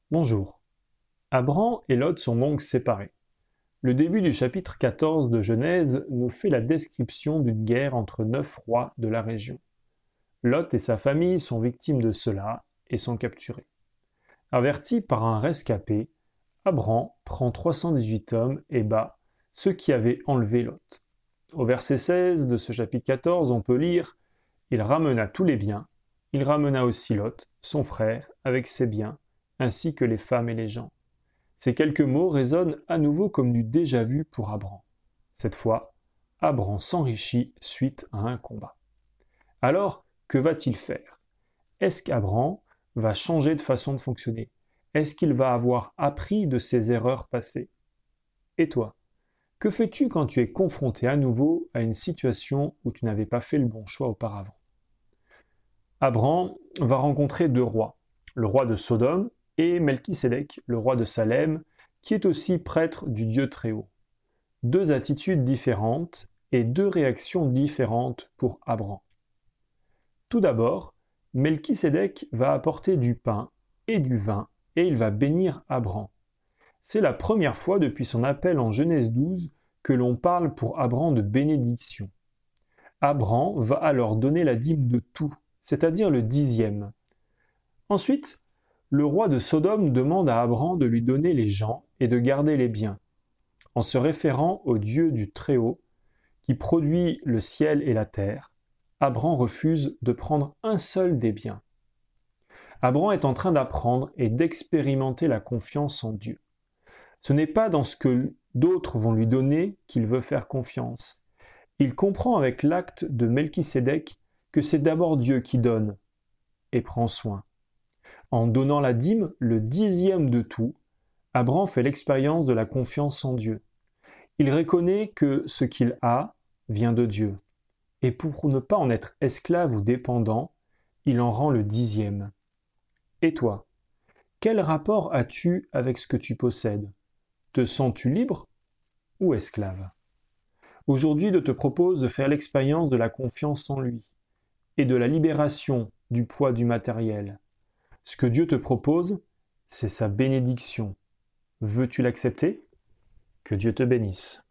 Bonjour. Abram et Lot sont donc séparés. Le début du chapitre 14 de Genèse nous fait la description d'une guerre entre 9 rois de la région. Lot et sa famille sont victimes de cela et sont capturés. Averti par un rescapé, Abram prend 318 hommes et bat ceux qui avaient enlevé Lot. Au verset 16 de ce chapitre 14, on peut lire « Il ramena tous les biens, il ramena aussi Lot, son frère, avec ses biens, ainsi que les femmes et les gens. » Ces quelques mots résonnent à nouveau comme du déjà-vu pour Abram. Cette fois, Abram s'enrichit suite à un combat. Alors, que va-t-il faire? Est-ce qu'Abram va changer de façon de fonctionner? Est-ce qu'il va avoir appris de ses erreurs passées? Et toi, que fais-tu quand tu es confronté à nouveau à une situation où tu n'avais pas fait le bon choix auparavant? Abram va rencontrer deux rois, le roi de Sodome et Melchisédek, le roi de Salem, qui est aussi prêtre du Dieu Très-Haut. Deux attitudes différentes et deux réactions différentes pour Abram. Tout d'abord, Melchisédek va apporter du pain et du vin et il va bénir Abram. C'est la première fois depuis son appel en Genèse 12 que l'on parle pour Abram de bénédiction. Abram va alors donner la dîme de tout, c'est-à-dire le 10e. Ensuite, le roi de Sodome demande à Abram de lui donner les gens et de garder les biens. En se référant au Dieu du Très-Haut, qui produit le ciel et la terre, Abram refuse de prendre un seul des biens. Abram est en train d'apprendre et d'expérimenter la confiance en Dieu. Ce n'est pas dans ce que d'autres vont lui donner qu'il veut faire confiance. Il comprend avec l'acte de Melchisédek que c'est d'abord Dieu qui donne et prend soin. En donnant la dîme, le 10e de tout, Abram fait l'expérience de la confiance en Dieu. Il reconnaît que ce qu'il a vient de Dieu. Et pour ne pas en être esclave ou dépendant, il en rend le 10e. Et toi, quel rapport as-tu avec ce que tu possèdes? Te sens-tu libre ou esclave? Aujourd'hui, je te propose de faire l'expérience de la confiance en lui et de la libération du poids du matériel. Ce que Dieu te propose, c'est sa bénédiction. Veux-tu l'accepter? Que Dieu te bénisse.